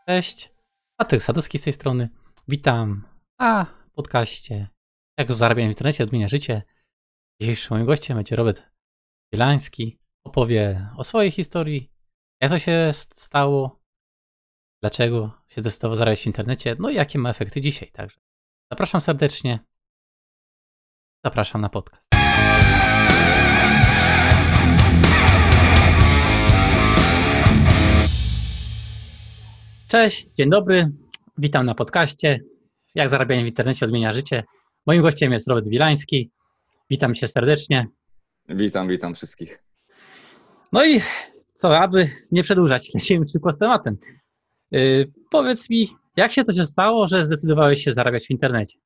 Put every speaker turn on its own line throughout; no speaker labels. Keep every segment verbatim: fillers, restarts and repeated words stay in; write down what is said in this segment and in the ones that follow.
Cześć, Patryk Sadowski z tej strony. Witam na podcaście Jak zarabiam w internecie, odmienia życie. Dzisiejszym moim gościem będzie Robert Wielański. Opowie o swojej historii, jak to się stało, dlaczego się zdecydował zarabiać w internecie, no i jakie ma efekty dzisiaj. Także zapraszam serdecznie. Zapraszam na podcast. Cześć, dzień dobry, witam na podcaście Jak zarabianie w internecie odmienia życie. Moim gościem jest Robert Wielański. Witam cię serdecznie.
Witam, witam wszystkich.
No i co, aby nie przedłużać, lecimy szybko z tematem. Yy, powiedz mi, jak się to się stało, że zdecydowałeś się zarabiać w internecie?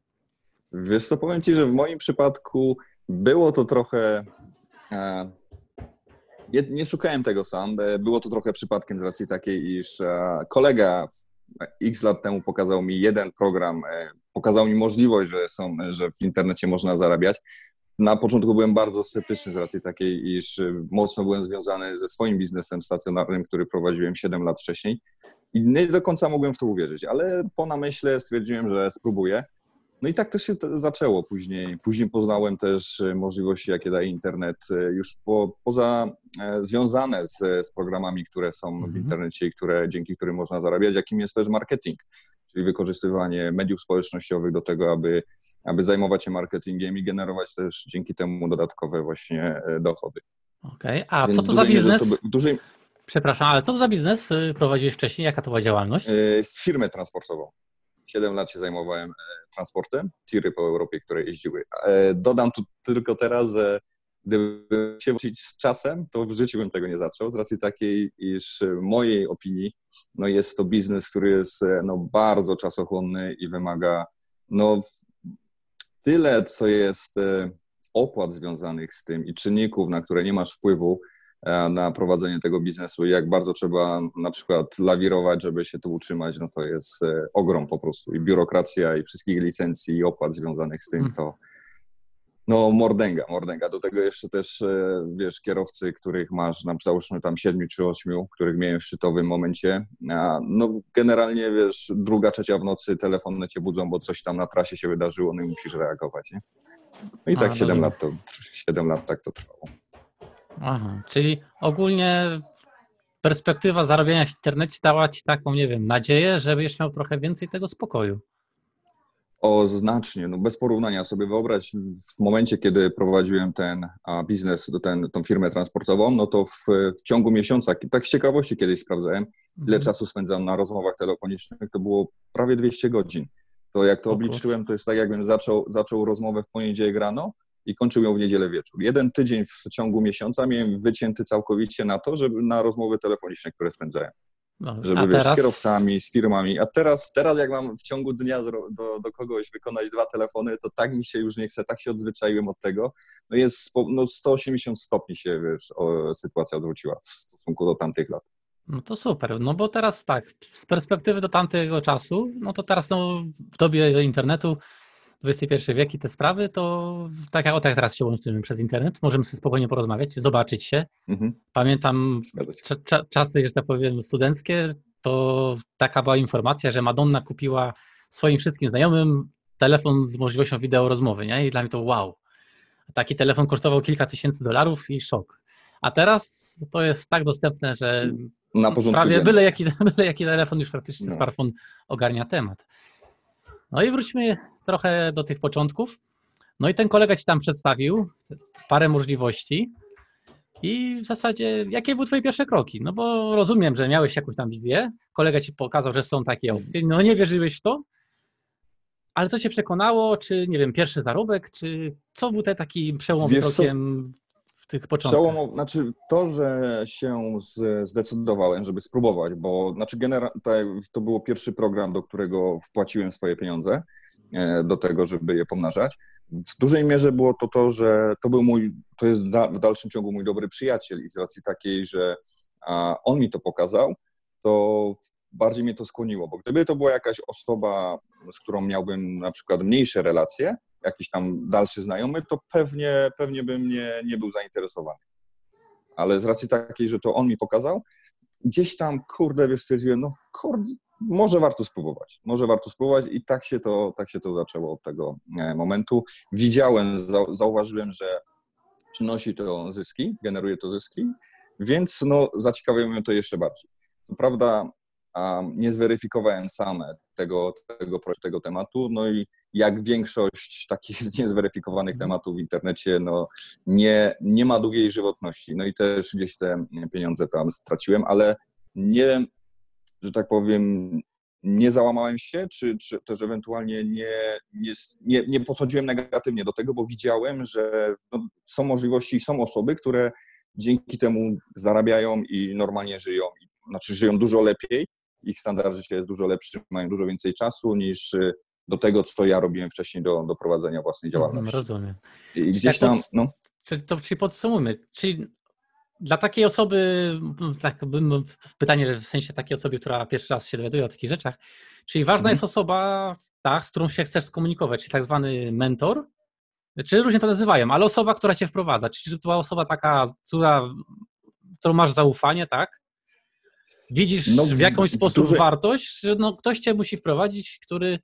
Wiesz co, powiem ci, że w moim przypadku było to trochę... E, nie, nie szukałem tego sam, było to trochę przypadkiem z racji takiej, iż e, kolega x lat temu pokazał mi jeden program, e, pokazał mi możliwość, że, są, że w internecie można zarabiać. Na początku byłem bardzo sceptyczny z racji takiej, iż mocno byłem związany ze swoim biznesem stacjonarnym, który prowadziłem siedem lat wcześniej i nie do końca mogłem w to uwierzyć, ale po namyśle stwierdziłem, że spróbuję. No i tak też się to zaczęło później. Później poznałem też możliwości, jakie daje internet, już po, poza e, związane z, z programami, które są w internecie i które, dzięki którym można zarabiać, jakim jest też marketing, czyli wykorzystywanie mediów społecznościowych do tego, aby, aby zajmować się marketingiem i generować też dzięki temu dodatkowe właśnie dochody.
Okej, okay. A
Więc
co to za biznes?
To w dużej...
Przepraszam, ale co to za biznes prowadziłeś wcześniej? Jaka to była działalność?
Yy, firmę transportową. Siedem lat się zajmowałem transportem, tiry po Europie, które jeździły. Dodam tu tylko teraz, że gdybym się wrócić z czasem, to w życiu bym tego nie zaczął, z racji takiej, iż w mojej opinii no jest to biznes, który jest no, bardzo czasochłonny i wymaga no, tyle, co jest opłat związanych z tym i czynników, na które nie masz wpływu na prowadzenie tego biznesu i jak bardzo trzeba na przykład lawirować, żeby się tu utrzymać, no to jest ogrom po prostu. I biurokracja, i wszystkich licencji, i opłat związanych z tym, to no mordęga, mordęga. Do tego jeszcze też, wiesz, kierowcy, których masz, na załóżmy tam siedmiu czy ośmiu, których miałem w szczytowym momencie, a no generalnie, wiesz, druga, trzecia w nocy telefony cię budzą, bo coś tam na trasie się wydarzyło, no i musisz reagować, nie? No i tak siedem lat to, siedem lat tak to trwało.
Aha, czyli ogólnie perspektywa zarabiania w internecie dała ci taką, nie wiem, nadzieję, że będziesz miał trochę więcej tego spokoju.
O, znacznie, no bez porównania sobie wyobraź, w momencie, kiedy prowadziłem ten a, biznes, ten, tą firmę transportową, no to w, w ciągu miesiąca, tak z ciekawości kiedyś sprawdzałem, ile mhm. czasu spędzam na rozmowach telefonicznych, to było prawie dwieście godzin. To jak to obliczyłem, to jest tak, jakbym zaczął, zaczął rozmowę w poniedziałek rano i kończył ją w niedzielę wieczór. Jeden tydzień w ciągu miesiąca miałem wycięty całkowicie na to, żeby na rozmowy telefoniczne, które spędzałem. No, żeby wiesz, teraz... z kierowcami, z firmami. A teraz, teraz jak mam w ciągu dnia do, do kogoś wykonać dwa telefony, to tak mi się już nie chce, tak się odzwyczaiłem od tego. No jest no sto osiemdziesiąt stopni się, wiesz, o, sytuacja odwróciła w stosunku do tamtych lat.
No to super, no bo teraz tak, z perspektywy do tamtego czasu, no to teraz no, w dobie internetu, dwudziesty pierwszy wiek i te sprawy, to tak jak o tak teraz się łączymy przez internet, możemy sobie spokojnie porozmawiać, zobaczyć się. Mhm. Pamiętam cza- cza- czasy, że tak powiem, studenckie, to taka była informacja, że Madonna kupiła swoim wszystkim znajomym telefon z możliwością wideo rozmowy, nie? I dla mnie to wow. Taki telefon kosztował kilka tysięcy dolarów i szok. A teraz to jest tak dostępne, że
na
prawie byle jaki, byle jaki telefon już praktycznie no. smartfon ogarnia temat. No i wróćmy trochę do tych początków. No i ten kolega ci tam przedstawił parę możliwości i w zasadzie jakie były twoje pierwsze kroki? No bo rozumiem, że miałeś jakąś tam wizję, kolega ci pokazał, że są takie opcje, no nie wierzyłeś w to, ale co cię przekonało, czy nie wiem, pierwszy zarobek, czy co był te taki przełomowym krokiem w tych początkach?
Przełom, znaczy to, że się zdecydowałem, żeby spróbować, bo znaczy generalnie to był pierwszy program, do którego wpłaciłem swoje pieniądze do tego, żeby je pomnażać. W dużej mierze było to to, że to był mój, to jest da, w dalszym ciągu mój dobry przyjaciel i z racji takiej, że a, on mi to pokazał, to bardziej mnie to skłoniło, bo gdyby to była jakaś osoba, z którą miałbym na przykład mniejsze relacje, jakiś tam dalszy znajomy, to pewnie, pewnie bym nie, nie był zainteresowany. Ale z racji takiej, że to on mi pokazał, gdzieś tam, kurde, wiesz, stwierdziłem, no kurde, może warto spróbować, może warto spróbować i tak się to, tak się to zaczęło od tego momentu. Widziałem, zauważyłem, że przynosi to zyski, generuje to zyski, więc no, zaciekawiło mnie to jeszcze bardziej. Co prawda um, nie zweryfikowałem sam tego, tego, tego tematu, no i jak większość takich niezweryfikowanych tematów w internecie, no nie, nie ma długiej żywotności, no i też gdzieś te pieniądze tam straciłem, ale nie, że tak powiem, nie załamałem się, czy, czy też ewentualnie nie, nie, nie, nie podchodziłem negatywnie do tego, bo widziałem, że no, są możliwości i są osoby, które dzięki temu zarabiają i normalnie żyją, znaczy żyją dużo lepiej, ich standard życia jest dużo lepszy, mają dużo więcej czasu niż do tego, co ja robiłem wcześniej do, do prowadzenia własnej działalności.
Rozumiem.
I gdzieś tam,
pod,
no...
Czyli to czyli podsumujmy, czyli dla takiej osoby, tak bym pytanie w sensie takiej osoby, która pierwszy raz się dowiaduje o takich rzeczach, czyli ważna mhm. jest osoba, tak, z którą się chcesz skomunikować, czyli tak zwany mentor, czy różnie to nazywają, ale osoba, która cię wprowadza, czyli to była osoba taka, która, którą masz zaufanie, tak? Widzisz no w, w jakiś sposób dużej... wartość, że no, ktoś cię musi wprowadzić, który,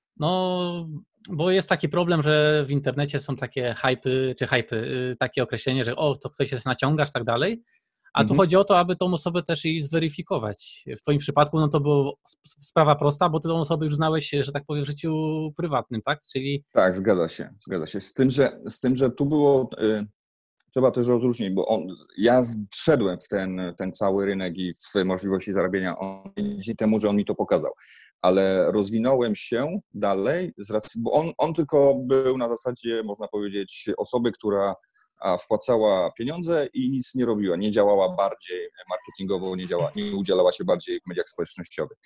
no, bo jest taki problem, że w internecie są takie hypy, czy hypy, takie określenie, że o, to ktoś się naciągasz, tak dalej, a mhm. tu chodzi o to, aby tą osobę też i zweryfikować. W twoim przypadku, no to była sprawa prosta, bo ty tą osobę już znałeś, że tak powiem, w życiu prywatnym, tak? Czyli...
Tak, zgadza się, zgadza się. Z tym, że, z tym, że tu było... Y... Trzeba też rozróżnić, bo on, ja wszedłem w ten, ten cały rynek i w możliwości zarabiania on, dzięki temu, że on mi to pokazał. Ale rozwinąłem się dalej, z racji, bo on, on tylko był na zasadzie, można powiedzieć, osoby, która wpłacała pieniądze i nic nie robiła, nie działała bardziej marketingowo, nie, działa, nie udzielała się bardziej w mediach społecznościowych.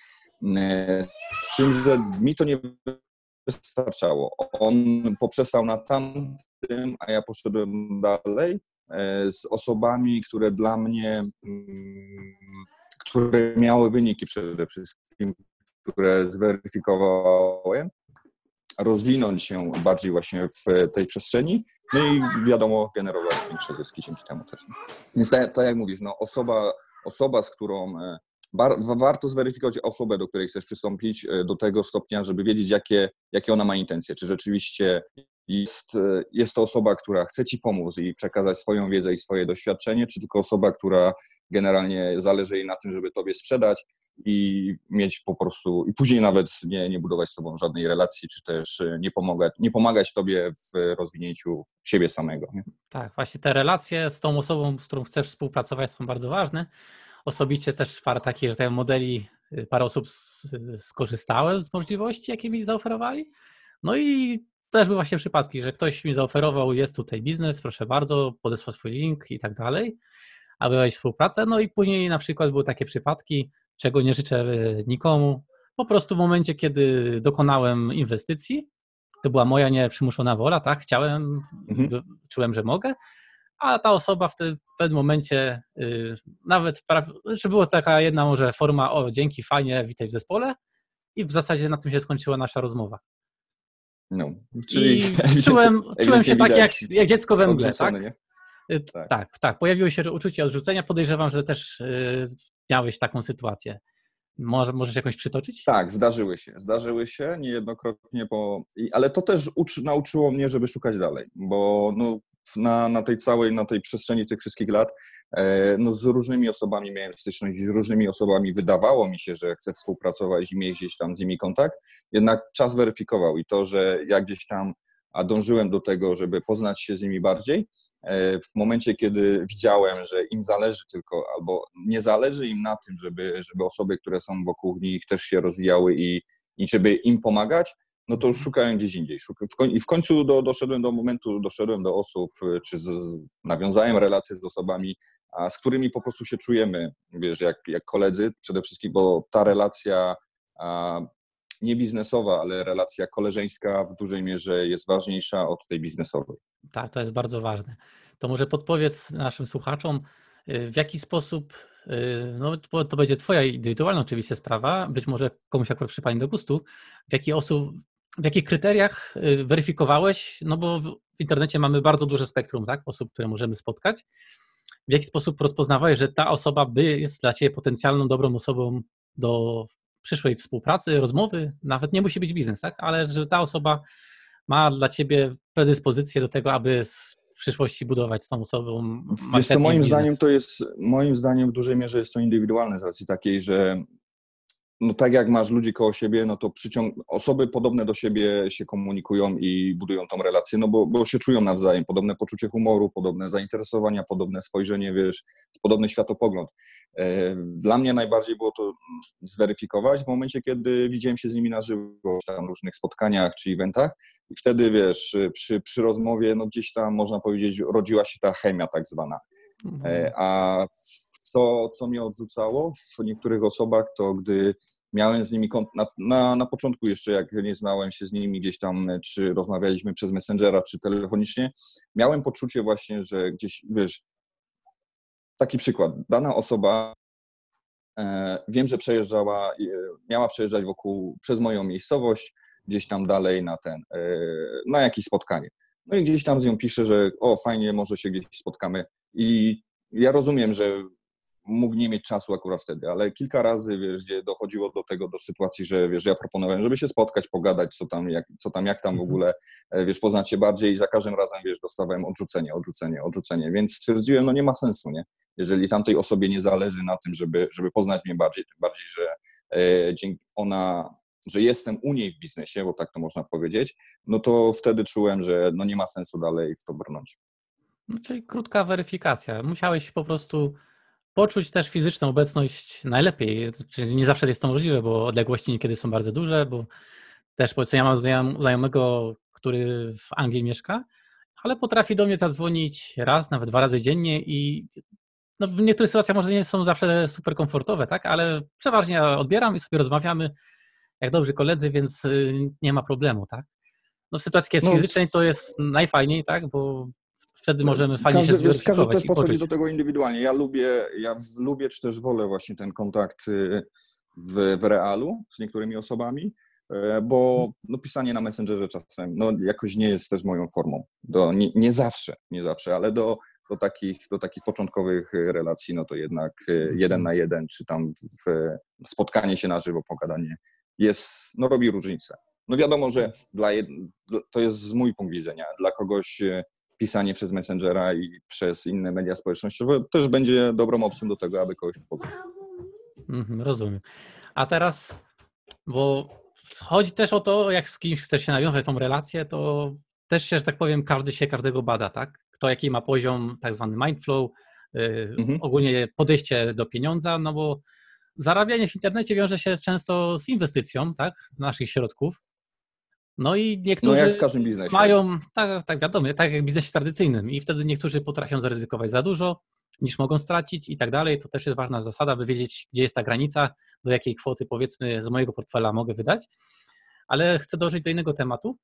Z tym, że mi to nie wystarczało. On poprzestał na tamtym, a ja poszedłem dalej z osobami, które dla mnie, które miały wyniki przede wszystkim, które zweryfikowałem, rozwinąć się bardziej właśnie w tej przestrzeni, no i wiadomo, generować większe zyski dzięki temu też. Więc tak, tak jak mówisz, no osoba, osoba, z którą Bar- warto zweryfikować osobę, do której chcesz przystąpić, do tego stopnia, żeby wiedzieć, jakie, jakie ona ma intencje. Czy rzeczywiście jest, jest to osoba, która chce ci pomóc i przekazać swoją wiedzę i swoje doświadczenie, czy tylko osoba, która generalnie zależy jej na tym, żeby tobie sprzedać i mieć po prostu, i później nawet nie, nie budować z tobą żadnej relacji, czy też nie pomagać, nie pomagać tobie w rozwinięciu siebie samego. Nie?
Tak, właśnie te relacje z tą osobą, z którą chcesz współpracować, są bardzo ważne. Osobiście też parę takich, że tak modeli, parę osób skorzystałem z możliwości, jakie mi zaoferowali. No i też były właśnie przypadki, że ktoś mi zaoferował, jest tutaj biznes, proszę bardzo, podesłał swój link i tak dalej, aby wejść w współpracę. No i później na przykład były takie przypadki, czego nie życzę nikomu. Po prostu w momencie, kiedy dokonałem inwestycji, to była moja nieprzymuszona wola, tak, chciałem, mhm. czułem, że mogę, a ta osoba w, te, w pewnym momencie yy, nawet, prawie, że była taka jedna może forma, o dzięki, fajnie, witaj w zespole i w zasadzie na tym się skończyła nasza rozmowa.
No, czyli
I czułem, czułem się tak jak, jak dziecko we mgle, tak?
Nie?
Tak? Tak, tak. Pojawiło się uczucie odrzucenia, podejrzewam, że też yy, miałeś taką sytuację. Może, możesz jakoś przytoczyć?
Tak, zdarzyły się, zdarzyły się niejednokrotnie, bo, ale to też uczy, nauczyło mnie, żeby szukać dalej, bo no, na, na tej całej, na tej przestrzeni tych wszystkich lat e, no, z różnymi osobami miałem styczność, z różnymi osobami wydawało mi się, że chcę współpracować i mieć gdzieś tam z nimi kontakt, jednak czas weryfikował i to, że ja gdzieś tam a dążyłem do tego, żeby poznać się z nimi bardziej. W momencie, kiedy widziałem, że im zależy tylko, albo nie zależy im na tym, żeby, żeby osoby, które są wokół nich też się rozwijały i, i żeby im pomagać, no to już szukałem gdzieś indziej. I w końcu do, doszedłem do momentu, doszedłem do osób, czy z, nawiązałem relacje z osobami, a z którymi po prostu się czujemy, wiesz, jak, jak koledzy przede wszystkim, bo ta relacja a, nie biznesowa, ale relacja koleżeńska w dużej mierze jest ważniejsza od tej biznesowej.
Tak, to jest bardzo ważne. To może podpowiedz naszym słuchaczom, w jaki sposób, no to będzie twoja indywidualna oczywiście sprawa, być może komuś akurat przypadnie do gustu, w jaki osób, w jakich kryteriach weryfikowałeś, no bo w internecie mamy bardzo duże spektrum, tak, osób, które możemy spotkać. w jaki sposób rozpoznawałeś, że ta osoba by jest dla ciebie potencjalną, dobrą osobą do przyszłej współpracy, rozmowy, nawet nie musi być biznes, tak? Ale że ta osoba ma dla ciebie predyspozycję do tego, aby w przyszłości budować z tą osobą marketing,
Wiesz co, moim
biznes.
zdaniem to jest, moim zdaniem w dużej mierze jest to indywidualne z racji takiej, że no tak jak masz ludzi koło siebie, no to przyciąg... osoby podobne do siebie się komunikują i budują tą relację, no bo, bo się czują nawzajem, podobne poczucie humoru, podobne zainteresowania, podobne spojrzenie, wiesz, podobny światopogląd. Dla mnie najbardziej było to zweryfikować w momencie, kiedy widziałem się z nimi na żywo, tam różnych spotkaniach czy eventach i wtedy, wiesz, przy, przy rozmowie, no gdzieś tam można powiedzieć, rodziła się ta chemia tak zwana. Mhm. A co, co mnie odrzucało w niektórych osobach, to gdy miałem z nimi kontakt, na, na, na początku jeszcze jak nie znałem się z nimi gdzieś tam, czy rozmawialiśmy przez Messengera, czy telefonicznie, miałem poczucie właśnie, że gdzieś, wiesz, taki przykład, dana osoba, e, wiem, że przejeżdżała, e, miała przejeżdżać wokół, przez moją miejscowość, gdzieś tam dalej na ten, e, na jakieś spotkanie. No i gdzieś tam z nią piszę, że o, fajnie, może się gdzieś spotkamy i ja rozumiem, że mógł nie mieć czasu akurat wtedy, ale kilka razy, wiesz, gdzie dochodziło do tego, do sytuacji, że, wiesz, ja proponowałem, żeby się spotkać, pogadać, co tam, jak, co tam, jak tam w ogóle, wiesz, poznać się bardziej i za każdym razem, wiesz, dostawałem odrzucenie, odrzucenie, odrzucenie, więc stwierdziłem, no nie ma sensu, nie? Jeżeli tamtej osobie nie zależy na tym, żeby, żeby poznać mnie bardziej, tym bardziej, że e, dzięki ona, że jestem u niej w biznesie, bo tak to można powiedzieć, no to wtedy czułem, że no nie ma sensu dalej w to brnąć.
No, czyli krótka weryfikacja. Musiałeś po prostu poczuć też fizyczną obecność najlepiej. Czyli nie zawsze jest to możliwe, bo odległości niekiedy są bardzo duże, bo też powiedzmy, ja mam znajomego, który w Anglii mieszka, ale potrafi do mnie zadzwonić raz, nawet dwa razy dziennie i no w niektórych sytuacjach może nie są zawsze super komfortowe, tak, ale przeważnie ja odbieram i sobie rozmawiamy jak dobrzy koledzy, więc nie ma problemu, tak. No w sytuacji, kiedy jest
No,
fizycznej, to jest najfajniej, tak, bo wtedy możemy fajnie
każdy,
się zweryfikować.
Każdy też podchodzi
poczuć.
do tego indywidualnie. Ja lubię, ja lubię czy też wolę właśnie ten kontakt w, w realu z niektórymi osobami, bo no, pisanie na Messengerze czasem no, jakoś nie jest też moją formą. Do, nie, nie zawsze, nie zawsze, ale do, do, takich, do takich początkowych relacji, no to jednak jeden na jeden, czy tam w, spotkanie się na żywo, pogadanie jest, no robi różnicę. No wiadomo, że dla jed... to jest mój punkt widzenia. Dla kogoś pisanie przez Messengera i przez inne media społecznościowe też będzie dobrą opcją do tego, aby kogoś poznać.
Mhm, rozumiem. A teraz, bo chodzi też o to, jak z kimś chce się nawiązać tą relację, to też się, że tak powiem, każdy się każdego bada, tak? Kto jaki ma poziom, tak zwany mindflow, yy, mhm. ogólnie podejście do pieniądza, no bo zarabianie w internecie wiąże się często z inwestycją, tak? Naszych środków. No i niektórzy
no jak w każdym biznesie.
mają, tak, tak wiadomo, tak jak w biznesie tradycyjnym i wtedy niektórzy potrafią zaryzykować za dużo, niż mogą stracić i tak dalej. To też jest ważna zasada, by wiedzieć, gdzie jest ta granica, do jakiej kwoty, powiedzmy, z mojego portfela mogę wydać. Ale chcę dążyć do innego tematu.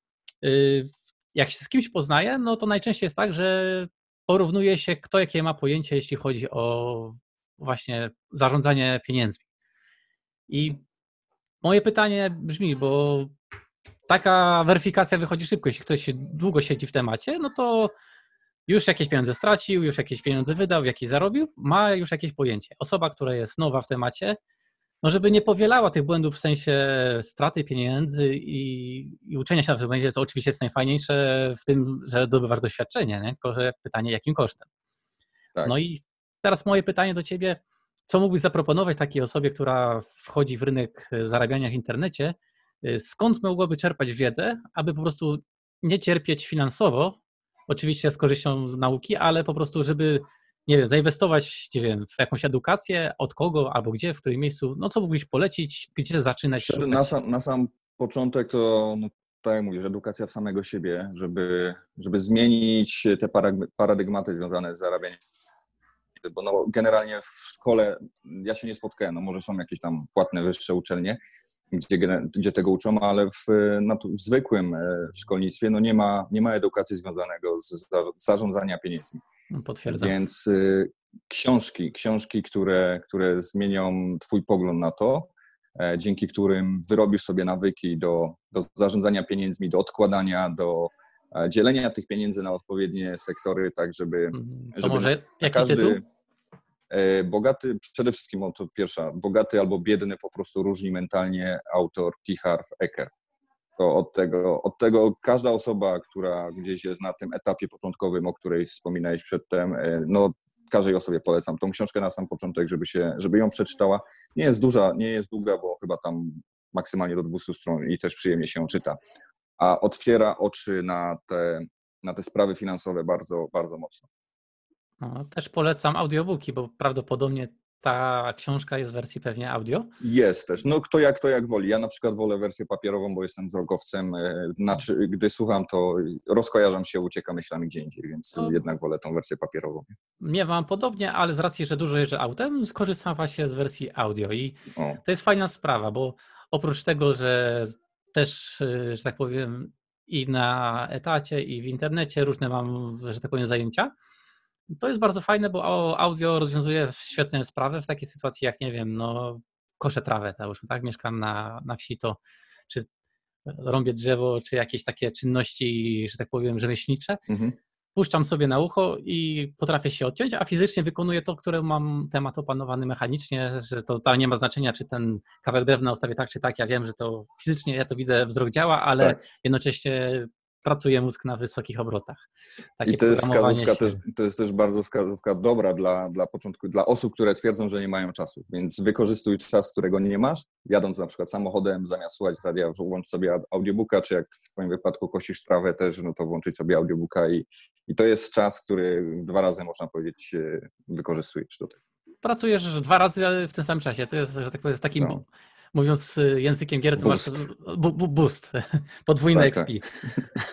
Jak się z kimś poznaje, no to najczęściej jest tak, że porównuje się, kto jakie ma pojęcie, jeśli chodzi o właśnie zarządzanie pieniędzmi. I moje pytanie brzmi, bo taka weryfikacja wychodzi szybko. Jeśli ktoś długo siedzi w temacie, no to już jakieś pieniądze stracił, już jakieś pieniądze wydał, jakieś zarobił, ma już jakieś pojęcie. Osoba, która jest nowa w temacie, no żeby nie powielała tych błędów w sensie straty pieniędzy i, i uczenia się na tym będzie, to oczywiście jest najfajniejsze w tym, że zdobywasz doświadczenie, nie? Tylko że pytanie, jakim kosztem. Tak. No i teraz moje pytanie do ciebie, co mógłbyś zaproponować takiej osobie, która wchodzi w rynek zarabiania w internecie, skąd mogłaby czerpać wiedzę, aby po prostu nie cierpieć finansowo, oczywiście z korzyścią z nauki, ale po prostu, żeby, nie wiem, zainwestować, nie wiem, w jakąś edukację, od kogo, albo gdzie, w którym miejscu, no co mógłbyś polecić, gdzie zaczynać szukać?
Na sam, na sam początek to, no, tak jak mówisz, edukacja w samego siebie, żeby, żeby zmienić te paradygmaty związane z zarabianiem. Bo no, generalnie w szkole ja się nie spotkałem, no może są jakieś tam płatne wyższe uczelnie, gdzie, gdzie tego uczą, ale w, no, w zwykłym szkolnictwie no, nie ma, nie ma edukacji związanego z, z zarządzania pieniędzmi.
Potwierdzam.
Więc y, książki, książki, które, które zmienią twój pogląd na to, e, dzięki którym wyrobisz sobie nawyki do, do zarządzania pieniędzmi, do odkładania, do dzielenia tych pieniędzy na odpowiednie sektory, tak żeby...
To
żeby
może
na,
jaki
każdy,
tytuł?
Bogaty, przede wszystkim o, to pierwsza, bogaty albo biedny po prostu różni mentalnie autor T. Harv Eker. To od tego, od tego każda osoba, która gdzieś jest na tym etapie początkowym, o której wspominałeś przedtem, no każdej osobie polecam tą książkę na sam początek, żeby się, żeby ją przeczytała. Nie jest duża, nie jest długa, bo chyba tam maksymalnie do dwustu stron i też przyjemnie się czyta, a otwiera oczy na te, na te sprawy finansowe bardzo, bardzo mocno.
No, też polecam audiobooki, bo prawdopodobnie ta książka jest w wersji pewnie audio.
Jest też. No kto jak, to jak woli. Ja na przykład wolę wersję papierową, bo jestem wzrokowcem. Znaczy, gdy słucham, to rozkojarzam się, uciekam myślami gdzie indziej, więc no, jednak wolę tą wersję papierową.
Nie mam podobnie, ale z racji, że dużo jeżdżę autem, skorzystam właśnie z wersji audio i
o.
to jest fajna sprawa, bo oprócz tego, że też, że tak powiem, i na etacie, i w internecie różne mam, że tak powiem, zajęcia, to jest bardzo fajne, bo audio rozwiązuje świetne sprawy w takiej sytuacji, jak nie wiem, no koszę trawę, załóżmy, tak, mieszkam na, na wsi, to czy rąbię drzewo, czy jakieś takie czynności, że tak powiem, rzemieślnicze, mhm. puszczam sobie na ucho i potrafię się odciąć, a fizycznie wykonuję to, które mam temat opanowany mechanicznie, że to, to nie ma znaczenia, czy ten kawałek drewna ustawię tak, czy tak, ja wiem, że to fizycznie, ja to widzę, wzrok działa, ale tak. jednocześnie pracuje mózg na wysokich obrotach. Takie
I to jest wskazówka,
się...
też, to jest też bardzo wskazówka dobra dla, dla początku, dla osób, które twierdzą, że nie mają czasu, więc wykorzystuj czas, którego nie masz, jadąc na przykład samochodem, zamiast słuchać radia, włącz sobie audiobooka, czy jak w twoim wypadku kosisz trawę też, no to włączyć sobie audiobooka i, i to jest czas, który dwa razy, można powiedzieć, wykorzystujesz do tego.
Pracujesz dwa razy w tym samym czasie, to jest, że tak powiem, z takim... No. Mówiąc językiem gier, to
boost.
masz bu, bu, boost, podwójny
tak,
X P.
Tak.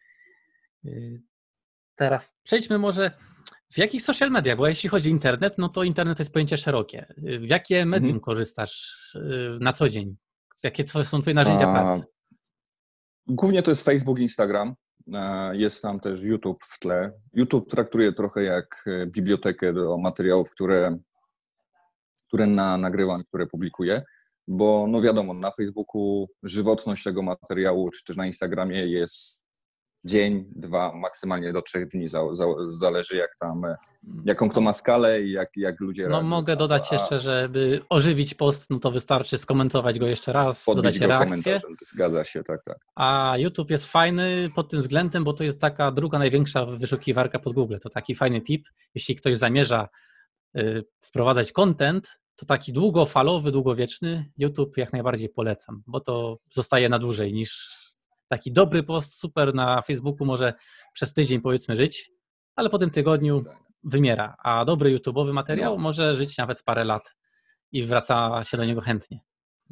Teraz przejdźmy może w jakich social mediach, bo jeśli chodzi o internet, no to internet to jest pojęcie szerokie. W jakie medium mhm. korzystasz na co dzień? Jakie są twoje narzędzia A, pracy?
Głównie to jest Facebook, Instagram. Jest tam też YouTube w tle. YouTube traktuję trochę jak bibliotekę do materiałów, które, które na, nagrywam, które publikuję. Bo no wiadomo, na Facebooku żywotność tego materiału, czy też na Instagramie jest dzień, dwa, maksymalnie do trzech dni, za, za, zależy jak tam, jaką kto ma skalę i jak, jak ludzie
No
reagują.
mogę dodać a, jeszcze, żeby ożywić post, no to wystarczy skomentować go jeszcze raz, dodać
go
reakcję.
Zgadza się, tak, tak.
A YouTube jest fajny pod tym względem, bo to jest taka druga największa wyszukiwarka pod Google. To taki fajny tip, jeśli ktoś zamierza y, wprowadzać content, to taki długofalowy, długowieczny YouTube jak najbardziej polecam, bo to zostaje na dłużej niż taki dobry post, super na Facebooku może przez tydzień powiedzmy żyć, ale po tym tygodniu wymiera, a dobry YouTube'owy materiał no. może żyć nawet parę lat i wraca się do niego chętnie.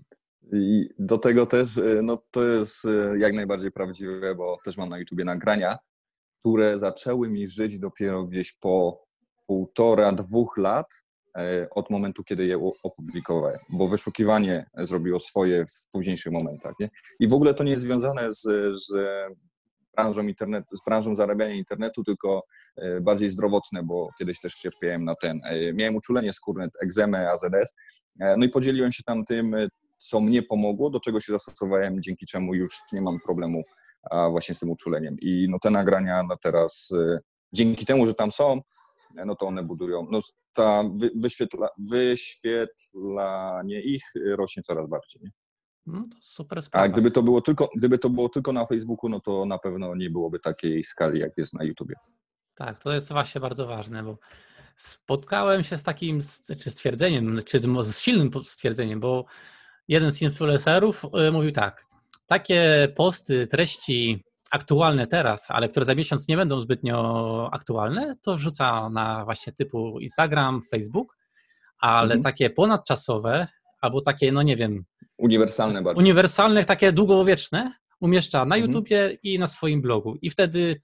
I do tego też, no to jest jak najbardziej prawdziwe, bo też mam na YouTubie nagrania, które zaczęły mi żyć dopiero gdzieś po półtora, dwóch lat od momentu, kiedy je opublikowałem, bo wyszukiwanie zrobiło swoje w późniejszych momentach. Nie? I w ogóle to nie jest związane z, z branżą internetu, z branżą zarabiania internetu, tylko bardziej zdrowotne, bo kiedyś też cierpiałem na ten. Miałem uczulenie skórne, egzemę, A Z S, no i podzieliłem się tam tym, co mnie pomogło, do czego się zastosowałem, dzięki czemu już nie mam problemu właśnie z tym uczuleniem. I no te nagrania no teraz, dzięki temu, że tam są, no to one budują, no ta wy, wyświetla, wyświetlanie ich rośnie coraz bardziej. Nie?
No to super sprawa.
A gdyby to było tylko, gdyby to było tylko na Facebooku, no to na pewno nie byłoby takiej skali, jak jest na YouTubie.
Tak, to jest właśnie bardzo ważne, bo spotkałem się z takim, czy stwierdzeniem, czy z silnym stwierdzeniem, bo jeden z influencerów mówił tak, takie posty, treści aktualne teraz, ale które za miesiąc nie będą zbytnio aktualne, to wrzuca na właśnie typu Instagram, Facebook, ale mhm. takie ponadczasowe, albo takie, no nie wiem...
Uniwersalne bardziej.
Uniwersalne, takie długowieczne umieszcza na mhm. YouTubie i na swoim blogu. I wtedy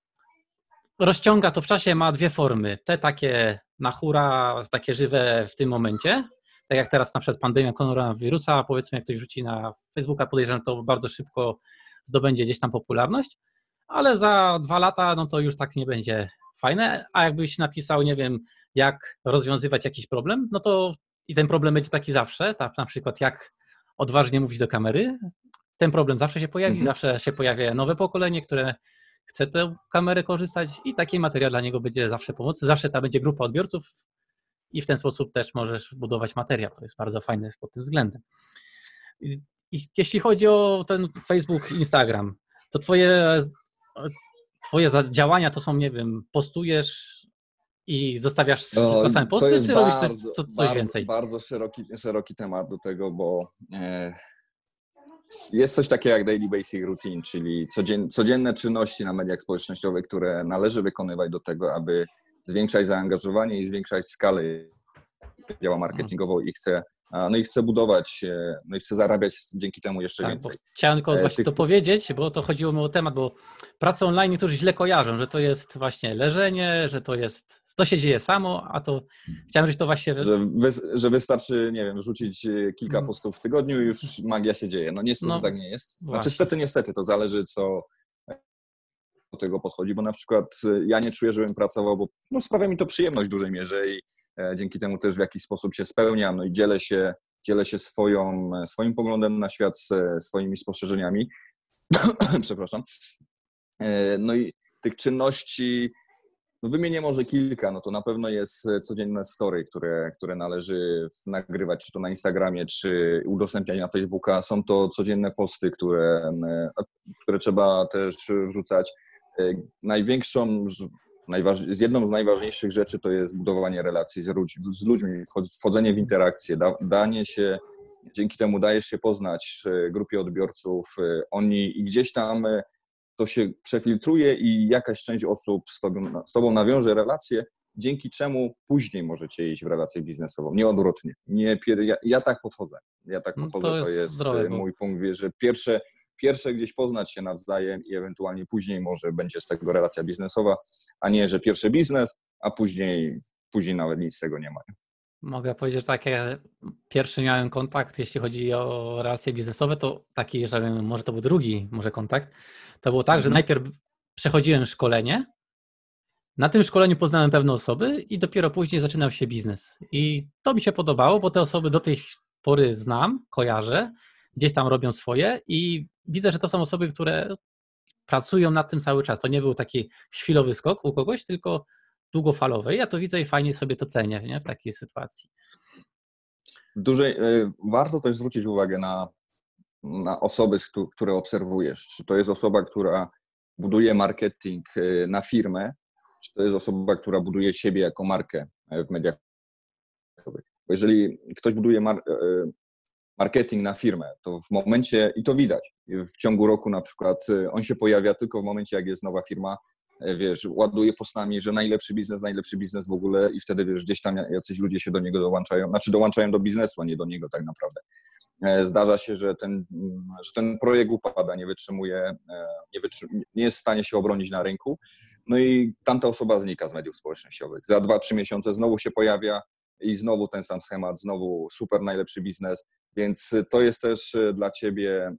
rozciąga to w czasie, ma dwie formy. Te takie na hura, takie żywe w tym momencie, tak jak teraz na przykład pandemia koronawirusa, powiedzmy jak ktoś wrzuci na Facebooka, podejrzewam, to bardzo szybko zdobędzie gdzieś tam popularność, ale za dwa lata no to już tak nie będzie fajne, a jakbyś napisał, nie wiem, jak rozwiązywać jakiś problem, no to i ten problem będzie taki zawsze, tak, na przykład jak odważnie mówić do kamery, ten problem zawsze się pojawi, mhm. zawsze się pojawia nowe pokolenie, które chce tę kamerę korzystać i taki materiał dla niego będzie zawsze pomocny, zawsze ta będzie grupa odbiorców i w ten sposób też możesz budować materiał. To jest bardzo fajne pod tym względem. I, i jeśli chodzi o ten Facebook, Instagram, to twoje, twoje działania to są, nie wiem, postujesz i zostawiasz
No,
same posty,
to jest
czy
bardzo,
robisz coś, coś
bardzo,
więcej?
bardzo szeroki, szeroki temat do tego, bo e, jest coś takiego jak daily basic routine, czyli codzien, codzienne czynności na mediach społecznościowych, które należy wykonywać do tego, aby zwiększać zaangażowanie i zwiększać skalę działa marketingowo i chcę, no i chcę budować, no i chcę zarabiać dzięki temu jeszcze
Tak,
więcej.
bo chciałem tylko właśnie
Tych...
to powiedzieć, bo to chodziło mi o temat, bo pracę online niektórzy źle kojarzą, że to jest właśnie leżenie, że to jest, to się dzieje samo, a to chciałem, żebyś to właśnie...
Że, wy, że wystarczy, nie wiem, rzucić kilka postów w tygodniu i już magia się dzieje. No niestety no, tak nie jest. Znaczy stety, niestety, to zależy co do tego podchodzi, bo na przykład ja nie czuję, żebym pracował, bo no, sprawia mi to przyjemność w dużej mierze i e, dzięki temu też w jakiś sposób się spełniam, no i dzielę się, dzielę się swoją, swoim poglądem na świat, swoimi spostrzeżeniami. Przepraszam. E, no i tych czynności, no wymienię może kilka, no to na pewno jest codzienne story, które, które należy nagrywać, czy to na Instagramie, czy udostępniać na Facebooka. Są to codzienne posty, które, które trzeba też wrzucać. Największą, najważ, jedną z najważniejszych rzeczy to jest budowanie relacji z, ludź, z ludźmi, wchodzenie w interakcję, da, danie się, dzięki temu dajesz się poznać grupie odbiorców, oni i gdzieś tam to się przefiltruje i jakaś część osób z tobą, z tobą nawiąże relację, dzięki czemu później możecie iść w relację biznesową, nie odwrotnie. Nie, ja, ja tak podchodzę, ja tak podchodzę, no to jest, to jest zdrowe, mój bo... punkt, że pierwsze Pierwsze gdzieś poznać się nawzajem i ewentualnie później może będzie z tego relacja biznesowa, a nie, że pierwszy biznes, a później, później nawet nic z tego nie ma.
Mogę powiedzieć, że takie pierwszy miałem kontakt, jeśli chodzi o relacje biznesowe, to taki, że może to był drugi może kontakt. To było tak, mhm. że najpierw przechodziłem szkolenie, na tym szkoleniu poznałem pewne osoby i dopiero później zaczynał się biznes. I to mi się podobało, bo te osoby do tej pory znam, kojarzę, gdzieś tam robią swoje i widzę, że to są osoby, które pracują nad tym cały czas. To nie był taki chwilowy skok u kogoś, tylko długofalowy. Ja to widzę i fajnie sobie to cenię, nie? W takiej sytuacji.
Dużej, warto też zwrócić uwagę na, na osoby, które obserwujesz. Czy to jest osoba, która buduje marketing na firmę, czy to jest osoba, która buduje siebie jako markę w mediach. Bo jeżeli ktoś buduje mar- marketing na firmę, to w momencie, i to widać, w ciągu roku na przykład on się pojawia tylko w momencie, jak jest nowa firma, wiesz, ładuje postami, że najlepszy biznes, najlepszy biznes w ogóle i wtedy, wiesz, gdzieś tam jacyś ludzie się do niego dołączają, znaczy dołączają do biznesu, a nie do niego tak naprawdę. Zdarza się, że ten, że ten projekt upada, nie wytrzymuje, nie, wytrzymuje, nie jest w stanie się obronić na rynku, no i tamta osoba znika z mediów społecznościowych. Za dwa, trzy miesiące znowu się pojawia i znowu ten sam schemat, znowu super najlepszy biznes, więc to jest też dla ciebie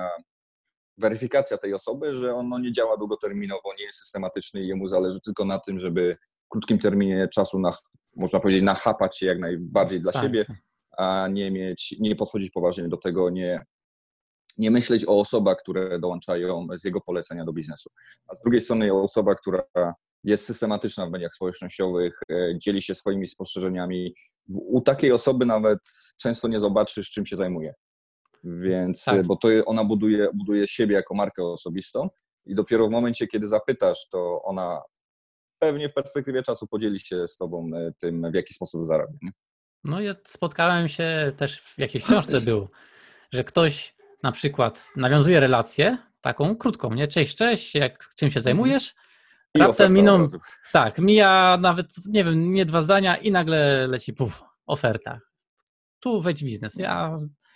weryfikacja tej osoby, że on no, nie działa długoterminowo, nie jest systematyczny i jemu zależy tylko na tym, żeby w krótkim terminie czasu, na, można powiedzieć, nachapać się jak najbardziej dla tak. siebie, a nie mieć, nie podchodzić poważnie do tego, nie, nie myśleć o osobach, które dołączają z jego polecenia do biznesu. A z drugiej strony osoba, która jest systematyczna w mediach społecznościowych, dzieli się swoimi spostrzeżeniami. U takiej osoby nawet często nie zobaczysz, czym się zajmuje. Więc, tak. bo to ona buduje, buduje siebie jako markę osobistą i dopiero w momencie, kiedy zapytasz, to ona pewnie w perspektywie czasu podzieli się z tobą tym, w jaki sposób zarabia. Nie?
No ja spotkałem się też w jakiejś książce było, że ktoś na przykład nawiązuje relację taką krótką, nie? Cześć, cześć, jak, czym się zajmujesz?
I raptem miną,
tak, mija nawet, nie wiem, nie dwa zdania i nagle leci puf, oferta. Tu wejdź w biznes. Ja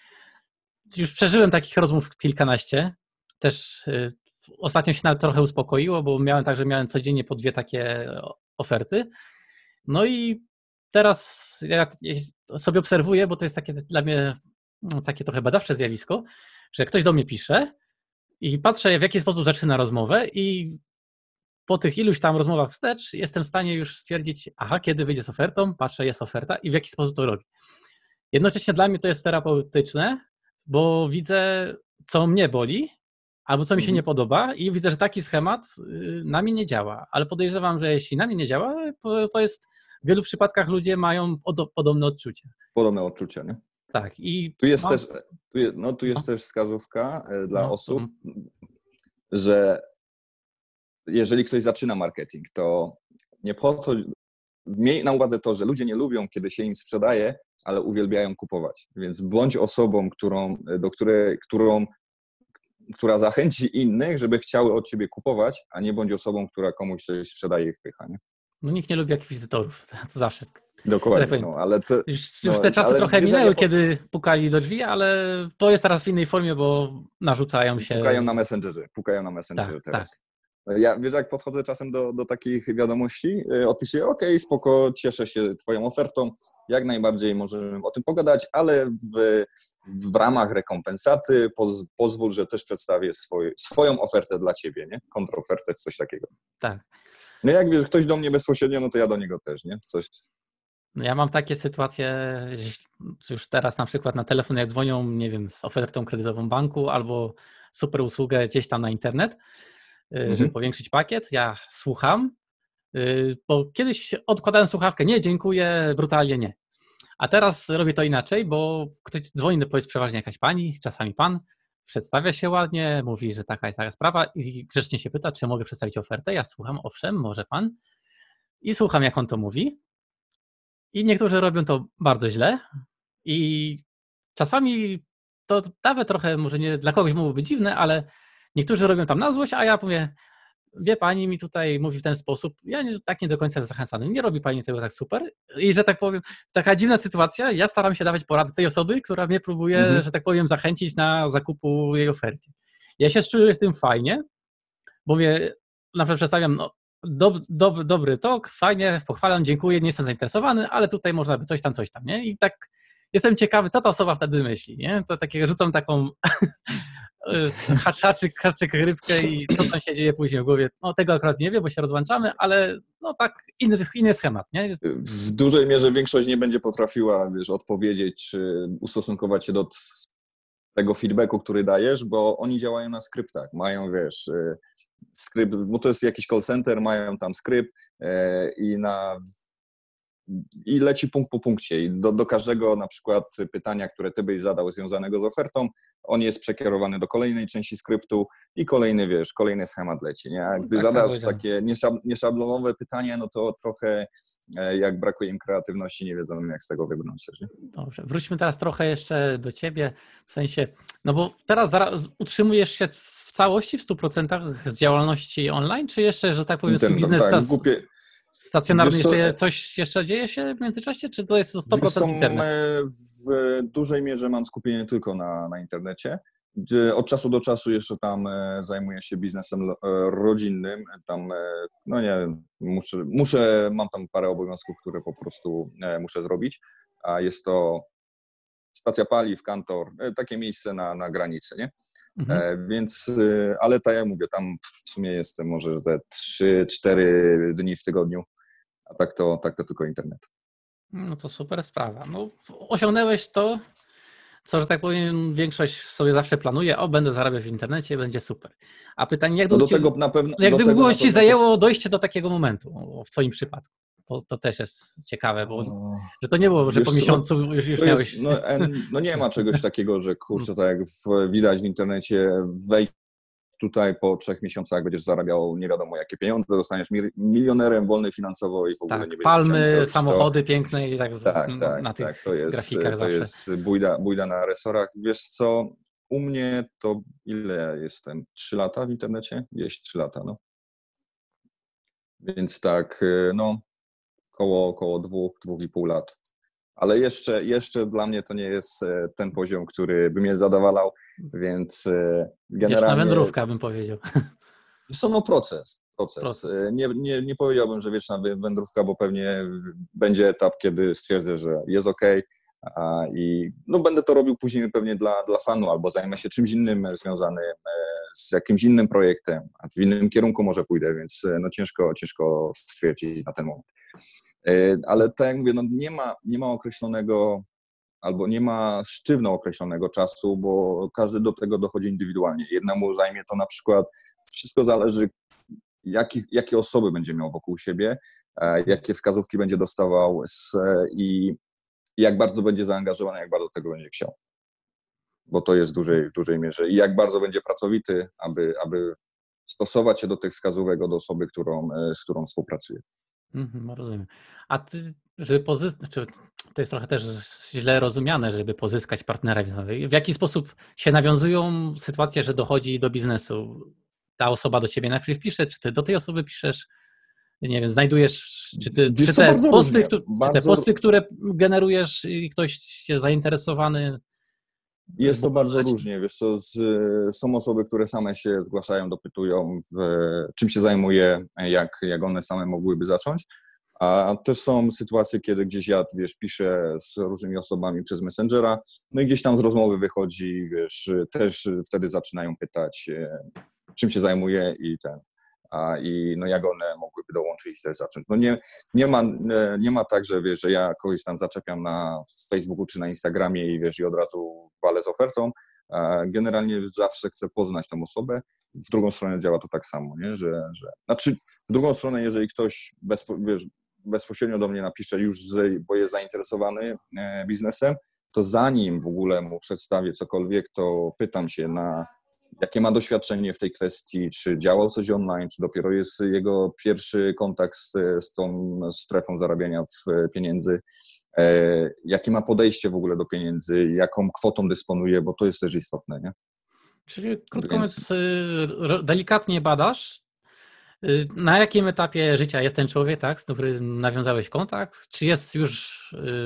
już przeżyłem takich rozmów kilkanaście. Też y, ostatnio się nawet trochę uspokoiło, bo miałem tak, że miałem codziennie po dwie takie oferty. No i teraz ja sobie obserwuję, bo to jest takie dla mnie no, takie trochę badawcze zjawisko, że ktoś do mnie pisze i patrzę, w jaki sposób zaczyna rozmowę i po tych iluś tam rozmowach wstecz jestem w stanie już stwierdzić, aha, kiedy wyjdzie z ofertą, patrzę, jest oferta i w jaki sposób to robi. Jednocześnie dla mnie to jest terapeutyczne, bo widzę, co mnie boli, albo co mi się
Mhm.
nie podoba i widzę, że taki schemat y, na mnie nie działa. Ale podejrzewam, że jeśli na mnie nie działa, to to jest w wielu przypadkach ludzie mają podo- podobne odczucia.
Podobne odczucia, nie?
Tak, i
Tu jest
mam...
też, tu jest, no, tu
No,
jest też wskazówka e, dla
no,
osób,
to,
że jeżeli ktoś zaczyna marketing, to nie po to, miej na uwadze to, że ludzie nie lubią, kiedy się im sprzedaje, ale uwielbiają kupować. Więc bądź osobą, którą, do której, którą, która zachęci innych, żeby chciały od ciebie kupować, a nie bądź osobą, która komuś coś sprzedaje i wpycha, nie?
no nikt nie lubi akwizytorów, to zawsze. Tak
Dokładnie,
powiem.
no, ale to,
Już, już
no,
te czasy
ale
trochę
wiesz, jak ja
minęły,
po,
kiedy pukali do drzwi, ale to jest teraz w innej formie, bo narzucają się.
pukają na Messengerze, pukają na Messengerze
Tak, tak.
teraz. Ja, wiesz, jak podchodzę czasem do, do takich wiadomości, yy, odpisuję, ok, spoko, cieszę się twoją ofertą, jak najbardziej możemy o tym pogadać, ale w, w ramach rekompensaty poz, pozwól, że też przedstawię swoj, swoją ofertę dla ciebie, nie? Kontrofertę, coś takiego.
Tak.
No jak wiesz, ktoś do mnie bezpośrednio, no to ja do niego też, nie? Coś.
No ja mam takie sytuacje, że już teraz na przykład na telefon, jak dzwonią, nie wiem, z ofertą kredytową banku albo super usługę gdzieś tam na internet, żeby
Mhm.
powiększyć pakiet, ja słucham, bo kiedyś odkładałem słuchawkę, nie, dziękuję, brutalnie nie. A teraz robię to inaczej, bo ktoś dzwoni, to powiedz przeważnie jakaś pani, czasami pan, przedstawia się ładnie, mówi, że taka jest taka sprawa i grzecznie się pyta, czy mogę przedstawić ofertę. Ja słucham, owszem, może pan. I słucham, jak on to mówi. I niektórzy robią to bardzo źle i czasami to nawet trochę, może nie dla kogoś mogłoby być dziwne, ale niektórzy robią tam na złość, a ja mówię, wie pani mi tutaj mówi w ten sposób, ja nie, tak nie do końca zachęcany, nie robi pani tego tak super i że tak powiem, taka dziwna sytuacja, ja staram się dawać porady tej osoby, która mnie próbuje,
Mhm.
że tak powiem, zachęcić na zakupu jej ofercie. Ja się czuję z tym fajnie, bo mówię, na przykład przedstawiam, no, dob, dob, dobry tok, fajnie, pochwalam, dziękuję, nie jestem zainteresowany, ale tutaj można by coś tam, coś tam, nie? I tak jestem ciekawy, co ta osoba wtedy myśli, nie? To takiego rzucam taką haczyk, haczyk rybkę i co tam się dzieje później w głowie. No tego akurat nie wiem, bo się rozłączamy, ale no tak, inny, inny schemat, nie? Jest...
W dużej mierze większość nie będzie potrafiła, wiesz, odpowiedzieć czy ustosunkować się do tego feedbacku, który dajesz, bo oni działają na skryptach. Mają, wiesz, skrypt, bo to jest jakiś call center, mają tam skrypt i na i leci punkt po punkcie i do, do każdego na przykład pytania, które ty byś zadał związanego z ofertą, on jest przekierowany do kolejnej części skryptu i kolejny, wiesz, kolejny schemat leci, nie? A gdy
tak,
zadasz
tak
takie nieszab, nieszablonowe pytanie, no to trochę jak brakuje im kreatywności, nie wiedzą jak z tego wybrnąć też, nie?
Dobrze, wróćmy teraz trochę jeszcze do ciebie, w sensie, no bo teraz utrzymujesz się w całości, w stu procentach z działalności online, czy jeszcze, że tak powiem, swój
Ten,
biznes
tak,
stas-
głupie,
stacjonarny,
co,
jeszcze coś jeszcze dzieje się w międzyczasie, czy to jest sto procent
są,
internet?
w dużej mierze mam skupienie tylko na, na internecie. Od czasu do czasu jeszcze tam zajmuję się biznesem rodzinnym. Tam, no nie wiem, muszę, muszę, mam tam parę obowiązków, które po prostu muszę zrobić, a jest to stacja paliw, kantor, takie miejsce na, na granicy, nie? Mhm. Więc, ale tak jak mówię, tam w sumie jestem może ze trzy cztery dni w tygodniu, a tak to, tak to tylko internet.
No to super sprawa. No, osiągnąłeś to, co, że tak powiem, większość sobie zawsze planuje, o, będę zarabiał w internecie, będzie super. A pytanie, jak
no
długo,
do tego
ci,
na pewno,
jak
do
długo
tego na
ci
pewno...
zajęło dojście do takiego momentu w twoim przypadku? Bo to też jest ciekawe, bo
O,
że to nie było, że
wiesz
po
co,
miesiącu już, już
to
miałeś...
jest, no, en, no nie ma czegoś takiego, że kurczę, tak jak w, widać w internecie, wejdź tutaj po trzech miesiącach będziesz zarabiał nie wiadomo jakie pieniądze, zostaniesz milionerem, wolny finansowo i w ogóle
tak,
nie będziesz musiał nic
palmy,
robić.
samochody
To,
piękne i tak,
tak,
no,
tak,
na tych
tak, to jest,
grafikach
to
zawsze.
jest bójda, bójda na resorach. Wiesz co, u mnie to ile ja jestem? Trzy lata w internecie? Gdzieś trzy lata, no. Więc tak, no, koło, koło dwóch, dwóch i pół lat. Ale jeszcze, jeszcze dla mnie to nie jest ten poziom, który by mnie zadowalał, więc generalnie...
Wieczna wędrówka, bym powiedział.
Są no proces, proces.
proces.
Nie, nie, nie powiedziałbym, że wieczna wędrówka, bo pewnie będzie etap, kiedy stwierdzę, że jest ok, a, i no, będę to robił później pewnie dla, dla fanu albo zajmę się czymś innym związanym z jakimś innym projektem, a w innym kierunku może pójdę, więc no ciężko, ciężko stwierdzić na ten moment. Ale tak jak mówię, no nie ma, nie ma określonego albo nie ma sztywno określonego czasu, bo każdy do tego dochodzi indywidualnie. Jednemu zajmie to na przykład, wszystko zależy, jaki, jakie osoby będzie miał wokół siebie, jakie wskazówki będzie dostawał z, i jak bardzo będzie zaangażowany, jak bardzo tego będzie chciał. Bo to jest w dużej, w dużej mierze. I jak bardzo będzie pracowity, aby, aby stosować się do tych wskazówek od osoby, którą, z którą współpracuje.
Mhm, rozumiem. A ty, żeby pozyskać, to jest trochę też źle rozumiane, żeby pozyskać partnera biznesowego. W jaki sposób się nawiązują sytuacje, że dochodzi do biznesu? Ta osoba do ciebie najpierw pisze, czy ty do tej osoby piszesz? Nie wiem, znajdujesz, czy, ty, czy, te, posty, kto, bardzo... czy te posty, które generujesz i ktoś jest zainteresowany?
Jest to bardzo różnie, wiesz co, z, są osoby, które same się zgłaszają, dopytują, w, czym się zajmuje, jak, jak one same mogłyby zacząć, a też są sytuacje, kiedy gdzieś ja, wiesz, piszę z różnymi osobami przez Messengera, no i gdzieś tam z rozmowy wychodzi, wiesz, też wtedy zaczynają pytać, czym się zajmuje i ten, a, i no jak one mogłyby dołączyć i też zacząć. No nie, nie, ma, nie ma tak, że wiesz, że ja kogoś tam zaczepiam na Facebooku czy na Instagramie i wiesz, i od razu walę z ofertą. Generalnie zawsze chcę poznać tą osobę. W drugą stronę działa to tak samo, nie? Że, że... Znaczy, w drugą stronę, jeżeli ktoś bezpo, wiesz, bezpośrednio do mnie napisze już, bo jest zainteresowany biznesem, to zanim w ogóle mu przedstawię cokolwiek, to pytam się na jakie ma doświadczenie w tej kwestii, czy działał coś online, czy dopiero jest jego pierwszy kontakt z, z tą strefą zarabiania w pieniędzy, e, jakie ma podejście w ogóle do pieniędzy, jaką kwotą dysponuje, bo to jest też istotne, nie?
Czyli krótko mówiąc, Więc... delikatnie badasz, na jakim etapie życia jest ten człowiek, tak, z którym nawiązałeś kontakt, czy jest już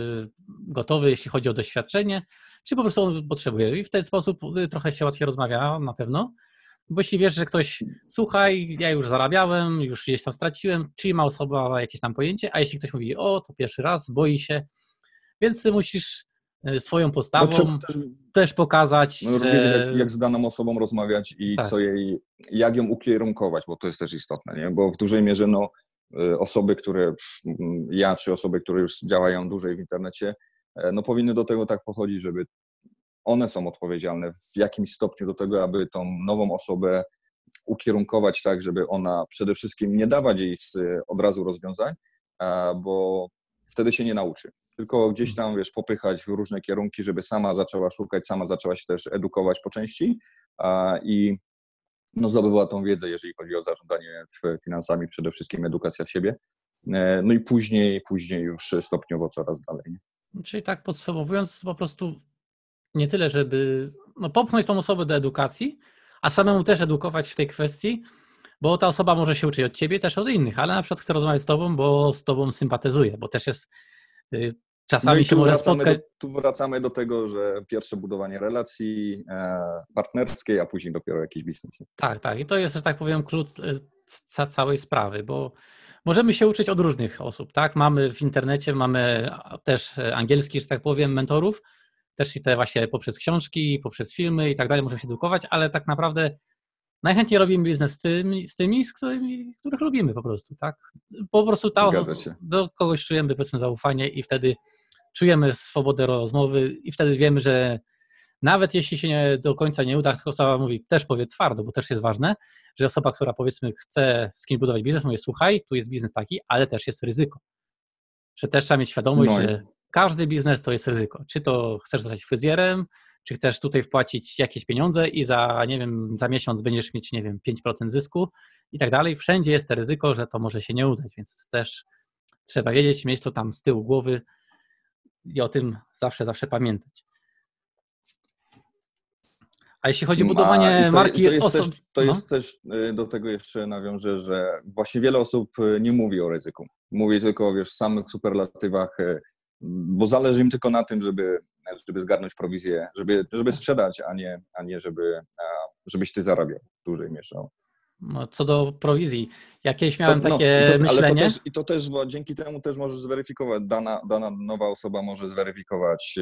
gotowy, jeśli chodzi o doświadczenie, czy po prostu on potrzebuje. I w ten sposób trochę się łatwiej rozmawia, na pewno. Bo jeśli wiesz, że ktoś, słuchaj, ja już zarabiałem, już gdzieś tam straciłem, czyli ma osoba jakieś tam pojęcie, a jeśli ktoś mówi, o, to pierwszy raz, boi się, więc ty musisz swoją postawą no, też, też pokazać,
no,
że...
jak, jak z daną osobą rozmawiać i tak. co jej, jak ją ukierunkować, bo to jest też istotne, nie? Bo w dużej mierze no, osoby, które, ja czy osoby, które już działają dłużej w internecie, no powinny do tego tak podchodzić, żeby one są odpowiedzialne w jakimś stopniu do tego, aby tą nową osobę ukierunkować tak, żeby ona przede wszystkim nie dawać jej z, od razu rozwiązań, bo wtedy się nie nauczy. Tylko gdzieś tam, wiesz, popychać w różne kierunki, żeby sama zaczęła szukać, sama zaczęła się też edukować po części i no, zdobywała tą wiedzę, jeżeli chodzi o zarządzanie finansami, przede wszystkim edukacja w siebie. No i później, później już stopniowo coraz dalej. Nie?
Czyli tak podsumowując, po prostu nie tyle, żeby no, popchnąć tą osobę do edukacji, a samemu też edukować w tej kwestii, bo ta osoba może się uczyć od ciebie, też od innych, ale na przykład chce rozmawiać z tobą, bo z tobą sympatyzuje, bo też jest y, czasami no się może spotkać...
Do, tu wracamy do tego, że pierwsze budowanie relacji e, partnerskiej, a później dopiero jakiś biznes.
Tak, tak. I to jest, że tak powiem, klucz ca, całej sprawy, bo możemy się uczyć od różnych osób, tak? Mamy w internecie, mamy też angielskich, że tak powiem, mentorów, też i te właśnie poprzez książki, poprzez filmy i tak dalej możemy się edukować, ale tak naprawdę najchętniej robimy biznes z tymi, z tymi, z którymi, których lubimy po prostu, tak? Po prostu ta osoba, do kogoś czujemy, powiedzmy, zaufanie i wtedy czujemy swobodę rozmowy i wtedy wiemy, że nawet jeśli się nie, do końca nie uda, tylko osoba mówi, też powie twardo, bo też jest ważne, że osoba, która powiedzmy chce z kimś budować biznes, mówi, słuchaj, tu jest biznes taki, ale też jest ryzyko. Że też trzeba mieć świadomość, no i... że każdy biznes to jest ryzyko. Czy to chcesz zostać fryzjerem, czy chcesz tutaj wpłacić jakieś pieniądze i za, nie wiem, za miesiąc będziesz mieć, nie wiem, pięć procent zysku i tak dalej. Wszędzie jest to ryzyko, że to może się nie udać, więc też trzeba wiedzieć, mieć to tam z tyłu głowy i o tym zawsze, zawsze pamiętać. A jeśli chodzi o budowanie to, marki
to jest
osób...
Też, to no. jest też, do tego jeszcze nawiążę, że właśnie wiele osób nie mówi o ryzyku. Mówi tylko, wiesz, w samych superlatywach, bo zależy im tylko na tym, żeby, żeby zgarnąć prowizję, żeby, żeby sprzedać, a nie, a nie żeby, żebyś ty zarabiał w dużej mierze.
No, co do prowizji, jakieś miałem
to, no,
takie
to,
myślenie.
Ale to też, i to też, bo dzięki temu też możesz zweryfikować, dana, dana nowa osoba może zweryfikować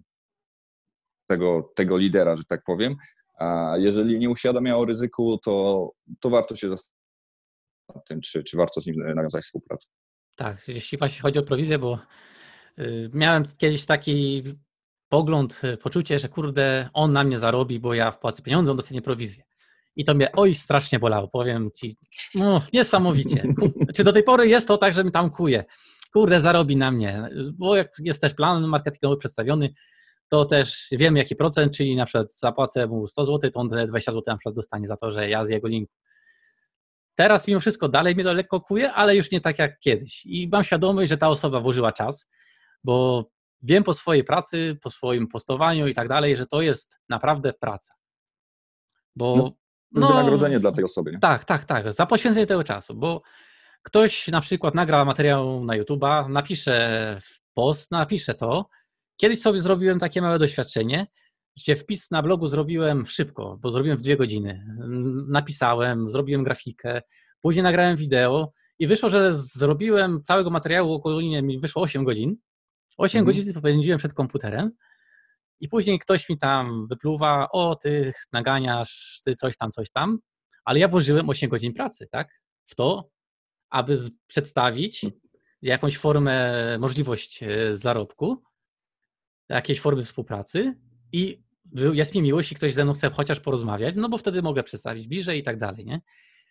tego, tego lidera, że tak powiem. A jeżeli nie uświadamia o ryzyku, to, to warto się zastanowić nad tym, czy, czy warto z nim nawiązać współpracę.
Tak, jeśli właśnie chodzi o prowizję, bo y, miałem kiedyś taki pogląd, poczucie, że kurde, on na mnie zarobi, bo ja wpłacę pieniądze, on dostanie prowizję. I to mnie, oj, strasznie bolało, powiem ci, no niesamowicie. Czy do tej pory jest to tak, że mi tam kuje? Kurde, zarobi na mnie, bo jak jest też plan marketingowy przedstawiony, to też wiem jaki procent, czyli na przykład zapłacę mu sto złotych, to on dwadzieścia złotych na przykład dostanie za to, że ja z jego linku. Teraz mimo wszystko dalej mnie to lekko kuje, ale już nie tak jak kiedyś. I mam świadomość, że ta osoba włożyła czas, bo wiem po swojej pracy, po swoim postowaniu i tak dalej, że to jest naprawdę praca. Bo
no, to jest
no,
wynagrodzenie dla tej osoby. Nie?
Tak, tak, tak, za poświęcenie tego czasu, bo ktoś na przykład nagra materiał na YouTube'a, napisze post, napisze to. Kiedyś sobie zrobiłem takie małe doświadczenie, gdzie wpis na blogu zrobiłem szybko, bo zrobiłem w dwie godziny. Napisałem, zrobiłem grafikę, później nagrałem wideo i wyszło, że zrobiłem całego materiału około, mi wyszło osiem godzin. osiem mhm. godzin spędziłem przed komputerem i później ktoś mi tam wypluwa, o ty naganiasz, ty coś tam, coś tam, ale ja włożyłem osiem godzin pracy, tak, w to, aby z- przedstawić jakąś formę, możliwość e, zarobku, jakiejś formy współpracy i wy- jest mi miło, jeśli ktoś ze mną chce chociaż porozmawiać, no bo wtedy mogę przedstawić bliżej i tak dalej, nie?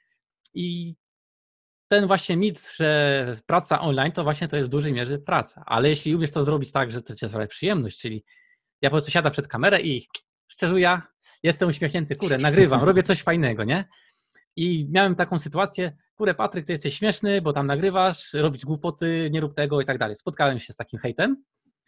I ten właśnie mit, że praca online to właśnie to jest w dużej mierze praca, ale jeśli umiesz to zrobić tak, że to cię sprawia przyjemność, czyli ja po prostu siadam przed kamerę i szczerzuję, jestem uśmiechnięty, kurę, nagrywam, robię coś fajnego, nie? I miałem taką sytuację, kurę, Patryk, ty jesteś śmieszny, bo tam nagrywasz, robić głupoty, nie rób tego i tak dalej. Spotkałem się z takim hejtem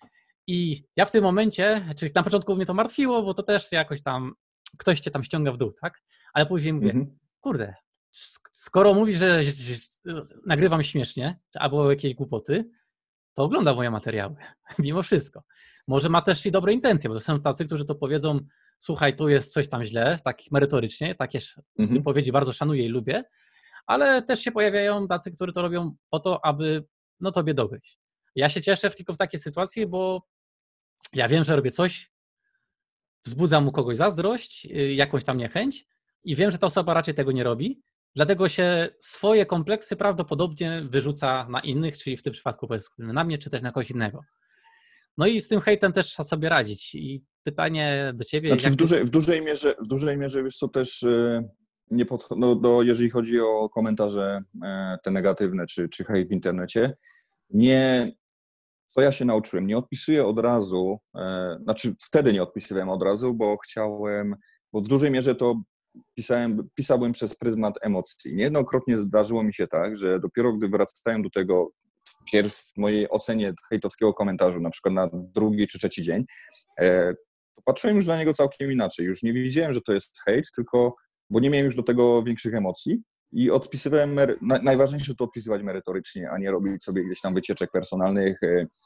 i ja w tym momencie, czyli na początku mnie to martwiło, bo to też jakoś tam, ktoś cię tam ściąga w dół, tak? Ale później mówię, mhm. kurde, skoro mówisz, że, że, że nagrywam śmiesznie, albo jakieś głupoty, to ogląda moje materiały, mimo wszystko. Może ma też i dobre intencje, bo to są tacy, którzy to powiedzą, słuchaj, tu jest coś tam źle, tak merytorycznie, takie mhm. wypowiedzi bardzo szanuję i lubię, ale też się pojawiają tacy, którzy to robią po to, aby no tobie dogryźć. Ja się cieszę tylko w takiej sytuacji, bo ja wiem, że robię coś, wzbudzam u kogoś zazdrość, jakąś tam niechęć i wiem, że ta osoba raczej tego nie robi, dlatego się swoje kompleksy prawdopodobnie wyrzuca na innych, czyli w tym przypadku powiedzmy na mnie, czy też na kogoś innego. No i z tym hejtem też trzeba sobie radzić. I pytanie do ciebie...
Znaczy
jak
w, dużej, w, dużej mierze, w dużej mierze wiesz co też, nie pod, no, do, jeżeli chodzi o komentarze te negatywne, czy, czy hejt w internecie, nie... Co ja się nauczyłem? Nie odpisuję od razu, e, znaczy wtedy nie odpisywałem od razu, bo chciałem, bo w dużej mierze to pisałem, pisałem przez pryzmat emocji. Niejednokrotnie zdarzyło mi się tak, że dopiero gdy wracałem do tego wpierw w mojej ocenie hejtowskiego komentarzu, na przykład na drugi czy trzeci dzień, e, to patrzyłem już na niego całkiem inaczej. Już nie wiedziałem, że to jest hejt, tylko, bo nie miałem już do tego większych emocji. I odpisywałem, najważniejsze to odpisywać merytorycznie, a nie robić sobie gdzieś tam wycieczek personalnych,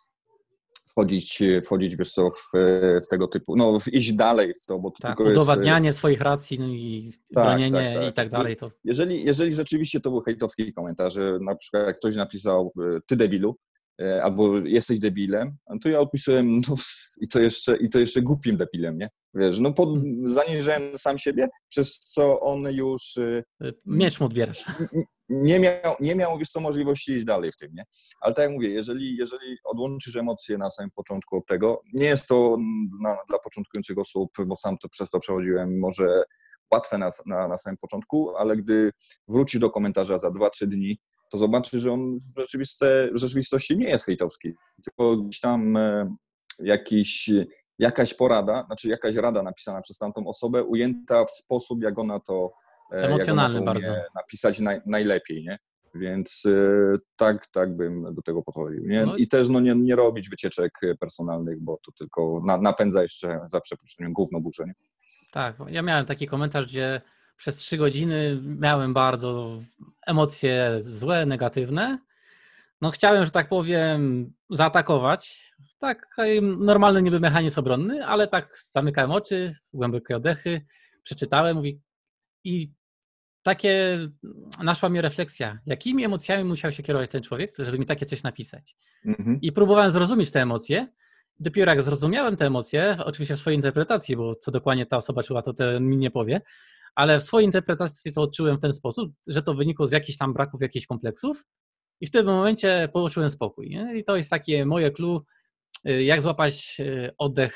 wchodzić, wchodzić wiesz co, w, w tego typu, no iść dalej w to, bo to
tak,
tylko
udowadnianie
jest...
swoich racji no i
tak,
bronienie
tak, tak.
i tak dalej. To...
Jeżeli, jeżeli rzeczywiście to był hejtowski komentarz, że na przykład jak ktoś napisał ty debilu, albo jesteś debilem, to ja odpisałem no, i, to jeszcze, i to jeszcze głupim debilem, nie? Wiesz, no pod, zaniżyłem sam siebie, przez co on już...
Miecz mu odbierasz.
Nie miał, nie miał wiesz co, możliwości iść dalej w tym, nie? Ale tak jak mówię, jeżeli, jeżeli odłączysz emocje na samym początku od tego, nie jest to na, dla początkujących osób, bo sam to przez to przechodziłem, może łatwe na, na, na samym początku, ale gdy wrócisz do komentarza za dwa, trzy dni, to zobaczysz, że on w, rzeczywiste, w rzeczywistości nie jest hejtowski, tylko gdzieś tam e, jakiś, jakaś porada, znaczy jakaś rada napisana przez tamtą osobę, ujęta w sposób, jak ona to, e,
emocjonalny
jak ona to
bardzo.
napisać naj, najlepiej, nie? Więc e, tak, tak bym do tego podchodził, nie?
No.
I też no, nie, nie robić wycieczek personalnych, bo to tylko na, napędza jeszcze, za przeproszeniem, gówno burzę, nie?
Tak, ja miałem taki komentarz, gdzie przez trzy godziny miałem bardzo emocje złe, negatywne. No chciałem, że tak powiem, zaatakować. Tak, normalny niby mechanizm obronny, ale tak zamykałem oczy, głębokie oddechy, przeczytałem mówi, i takie naszła mi refleksja, jakimi emocjami musiał się kierować ten człowiek, żeby mi takie coś napisać. Mhm. I próbowałem zrozumieć te emocje. Dopiero jak zrozumiałem te emocje, oczywiście w swojej interpretacji, bo co dokładnie ta osoba czuła, to ten mi nie powie, ale w swojej interpretacji to odczułem w ten sposób, że to wynikło z jakichś tam braków, jakichś kompleksów i w tym momencie poczułem spokój. Nie? I to jest takie moje clue, jak złapać oddech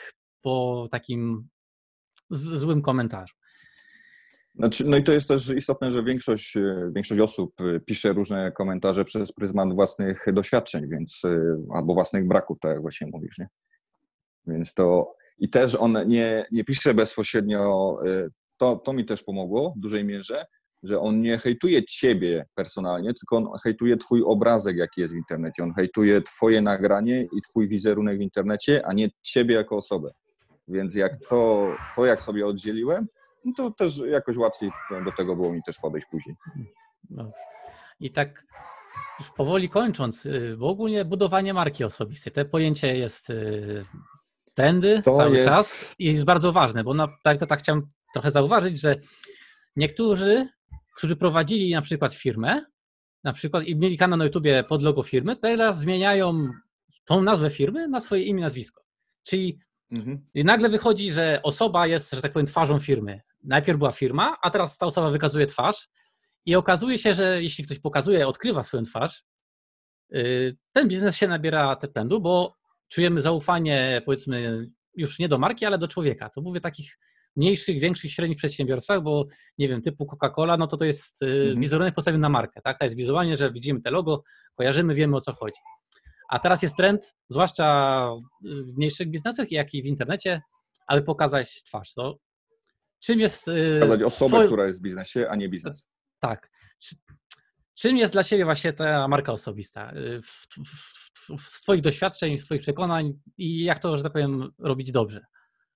po takim z, złym komentarzu.
Znaczy, no i to jest też istotne, że większość, większość osób pisze różne komentarze przez pryzmat własnych doświadczeń, więc albo własnych braków, tak jak właśnie mówisz, nie? Więc to i też on nie, nie pisze bezpośrednio, to, to mi też pomogło w dużej mierze, że on nie hejtuje ciebie personalnie, tylko on hejtuje twój obrazek, jaki jest w internecie. On hejtuje twoje nagranie i twój wizerunek w internecie, a nie ciebie jako osobę. Więc jak to, to jak sobie oddzieliłem, no to też jakoś łatwiej do tego było mi też podejść później.
No. I tak już powoli kończąc, bo ogólnie budowanie marki osobistej, to pojęcie jest trendy
to
cały
jest...
czas i jest bardzo ważne, bo na, tak, tak chciałem trochę zauważyć, że niektórzy, którzy prowadzili na przykład firmę, na przykład i mieli kanał na YouTubie pod logo firmy, teraz zmieniają tą nazwę firmy na swoje imię, nazwisko. Czyli mhm. nagle wychodzi, że osoba jest, że tak powiem, twarzą firmy. Najpierw była firma, a teraz ta osoba wykazuje twarz i okazuje się, że jeśli ktoś pokazuje, odkrywa swoją twarz, ten biznes się nabiera pędu, bo czujemy zaufanie, powiedzmy, już nie do marki, ale do człowieka. To mówię takich mniejszych, większych, średnich przedsiębiorstwach, bo nie wiem, typu Coca-Cola, no to to jest mhm. wizerunek postawiony na markę, tak? To jest wizualnie, że widzimy te logo, kojarzymy, wiemy o co chodzi. A teraz jest trend, zwłaszcza w mniejszych biznesach, jak i w internecie, aby pokazać twarz. To czym jest...
Pokazać osobę, twoje... która jest w biznesie, a nie biznes.
Tak. Czym jest dla Ciebie właśnie ta marka osobista? W, w, w, z Twoich doświadczeń, z Twoich przekonań i jak to, że tak powiem, robić dobrze?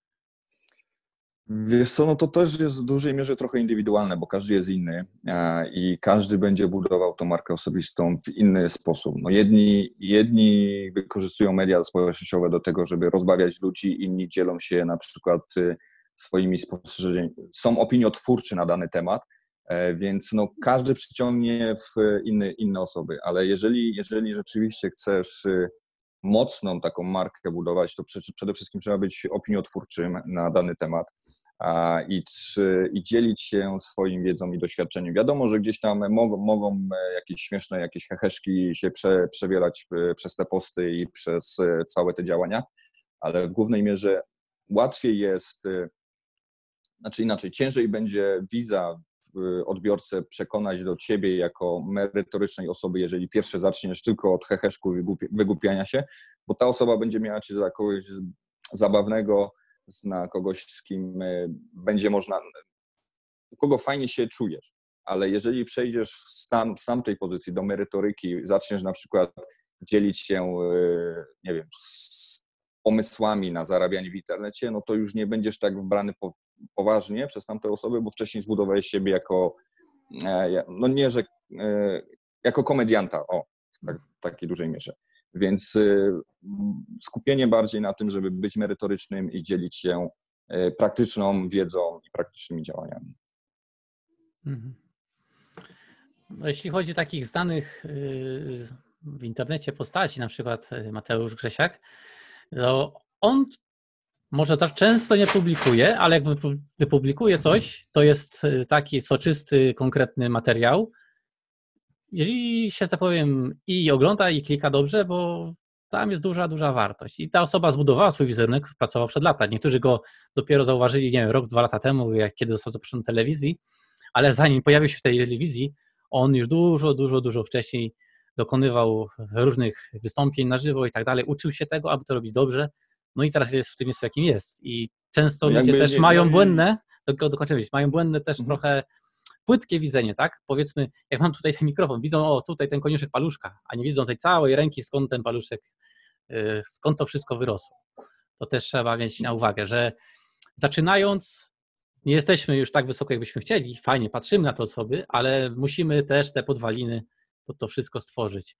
Wiesz co, no to też jest w dużej mierze trochę indywidualne, bo każdy jest inny i każdy będzie budował tą markę osobistą w inny sposób. No jedni, jedni wykorzystują media społecznościowe do tego, żeby rozbawiać ludzi, inni dzielą się na przykład swoimi spostrzeżeniami, są opiniotwórczy na dany temat, więc no każdy przyciągnie w inny, inne osoby, ale jeżeli, jeżeli rzeczywiście chcesz mocną taką markę budować, to przede wszystkim trzeba być opiniotwórczym na dany temat a, i, czy, i dzielić się swoim wiedzą i doświadczeniem. Wiadomo, że gdzieś tam mogą, mogą jakieś śmieszne, jakieś heheszki się prze, przewielać przez te posty i przez całe te działania, ale w głównej mierze łatwiej jest, znaczy inaczej, ciężej będzie widza, odbiorcę przekonać do ciebie jako merytorycznej osoby, jeżeli pierwsze zaczniesz tylko od heheszku i wygłupiania się, bo ta osoba będzie miała cię za kogoś zabawnego, na kogoś, z kim będzie można, u kogo fajnie się czujesz. Ale jeżeli przejdziesz z, tam, z tamtej pozycji do merytoryki, zaczniesz na przykład dzielić się, nie wiem, z pomysłami na zarabianie w internecie, no to już nie będziesz tak brany po poważnie przez tamte osoby, bo wcześniej zbudowałeś siebie jako, no nie, że jako komedianta, o, tak, w takiej dużej mierze. Więc skupienie bardziej na tym, żeby być merytorycznym i dzielić się praktyczną wiedzą i praktycznymi działaniami.
No, jeśli chodzi o takich znanych w internecie postaci, na przykład Mateusz Grzesiak, to on może tak często nie publikuje, ale jak wypublikuje coś, to jest taki soczysty, konkretny materiał. Jeżeli się, tak powiem, i ogląda, i klika dobrze, bo tam jest duża, duża wartość. I ta osoba zbudowała swój wizerunek, pracował przed lata. Niektórzy go dopiero zauważyli, nie wiem, rok, dwa lata temu, jak kiedy został zaproszony do telewizji, ale zanim pojawił się w tej telewizji, on już dużo, dużo, dużo wcześniej dokonywał różnych wystąpień na żywo i tak dalej. Uczył się tego, aby to robić dobrze. No i teraz jest w tym miejscu, jakim jest. I często no ludzie też nie, mają nie, błędne, tylko dokończymy, mają błędne też mhm. trochę płytkie widzenie, tak? Powiedzmy, jak mam tutaj ten mikrofon, widzą, o, tutaj ten koniuszek paluszka, a nie widzą tej całej ręki, skąd ten paluszek, skąd to wszystko wyrosło. To też trzeba mieć na uwagę, że zaczynając, nie jesteśmy już tak wysoko, jakbyśmy chcieli, fajnie, patrzymy na te osoby, ale musimy też te podwaliny pod to wszystko stworzyć.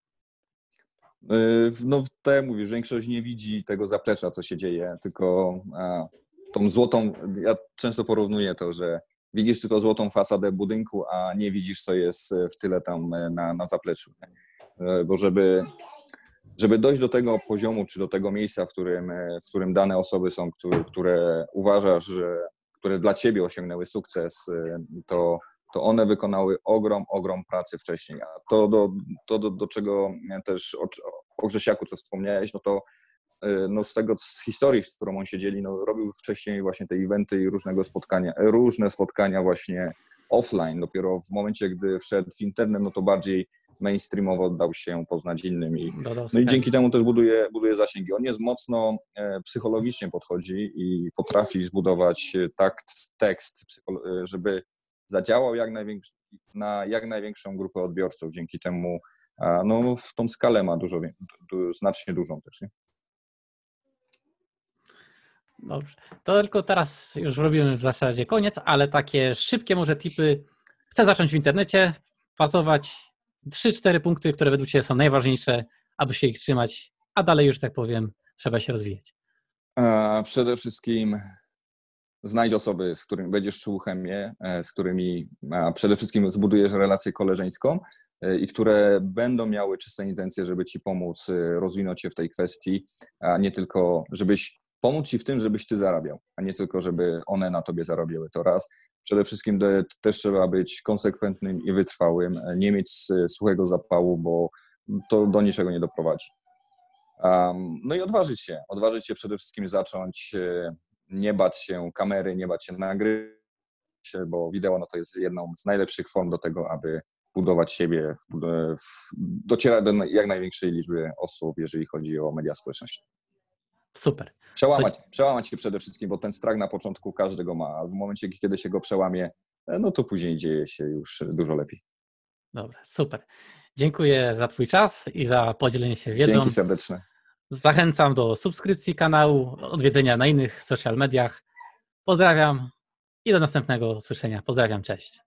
No tak jak mówisz, większość nie widzi tego zaplecza, co się dzieje, tylko a, tą złotą, ja często porównuję to, że widzisz tylko złotą fasadę budynku, a nie widzisz, co jest w tyle tam na, na zapleczu. Bo żeby, żeby dojść do tego poziomu, czy do tego miejsca, w którym, w którym dane osoby są, które, które uważasz, że które dla ciebie osiągnęły sukces, to to one wykonały ogrom, ogrom pracy wcześniej. A to, do, to do, do czego też o, o Grzesiaku, co wspomniałeś, no to no z tego, z historii, z którą on się dzieli, no robił wcześniej właśnie te eventy i różnego spotkania, różne spotkania właśnie offline. Dopiero w momencie, gdy wszedł w internet, no to bardziej mainstreamowo dał się poznać innym. I, no i dzięki temu też buduje, buduje zasięgi. On jest mocno e, psychologicznie podchodzi i potrafi zbudować takt, tekst, żeby zadziałał jak największy, na jak największą grupę odbiorców. Dzięki temu a, no, tą skalę ma dużo, du, znacznie dużą też. Nie?
Dobrze. To tylko teraz już robimy w zasadzie koniec, ale takie szybkie może tipy. Chcę zacząć w internecie, bazować trzy cztery punkty, które według Ciebie są najważniejsze, aby się ich trzymać, a dalej już, tak powiem, trzeba się rozwijać.
A, przede wszystkim znajdź osoby, z którymi będziesz czuł chemię, z którymi a przede wszystkim zbudujesz relację koleżeńską i które będą miały czyste intencje, żeby Ci pomóc rozwinąć się w tej kwestii, a nie tylko, żebyś pomóc Ci w tym, żebyś Ty zarabiał, a nie tylko, żeby one na Tobie zarabiały. To raz. Przede wszystkim też trzeba być konsekwentnym i wytrwałym, nie mieć suchego zapału, bo to do niczego nie doprowadzi. Um, no i odważyć się. Odważyć się przede wszystkim zacząć, nie bać się kamery, nie bać się nagrywać, bo wideo no to jest jedną z najlepszych form do tego, aby budować siebie, w, w, docierać do jak największej liczby osób, jeżeli chodzi o media społecznościowe.
Super.
Przełamać, przełamać się przede wszystkim, bo ten strach na początku każdego ma, a w momencie, kiedy się go przełamie, no to później dzieje się już dużo lepiej.
Dobra, super. Dziękuję za Twój czas i za podzielenie się wiedzą.
Dzięki serdeczne.
Zachęcam do subskrypcji kanału, odwiedzenia na innych social mediach. Pozdrawiam i do następnego usłyszenia. Pozdrawiam, cześć.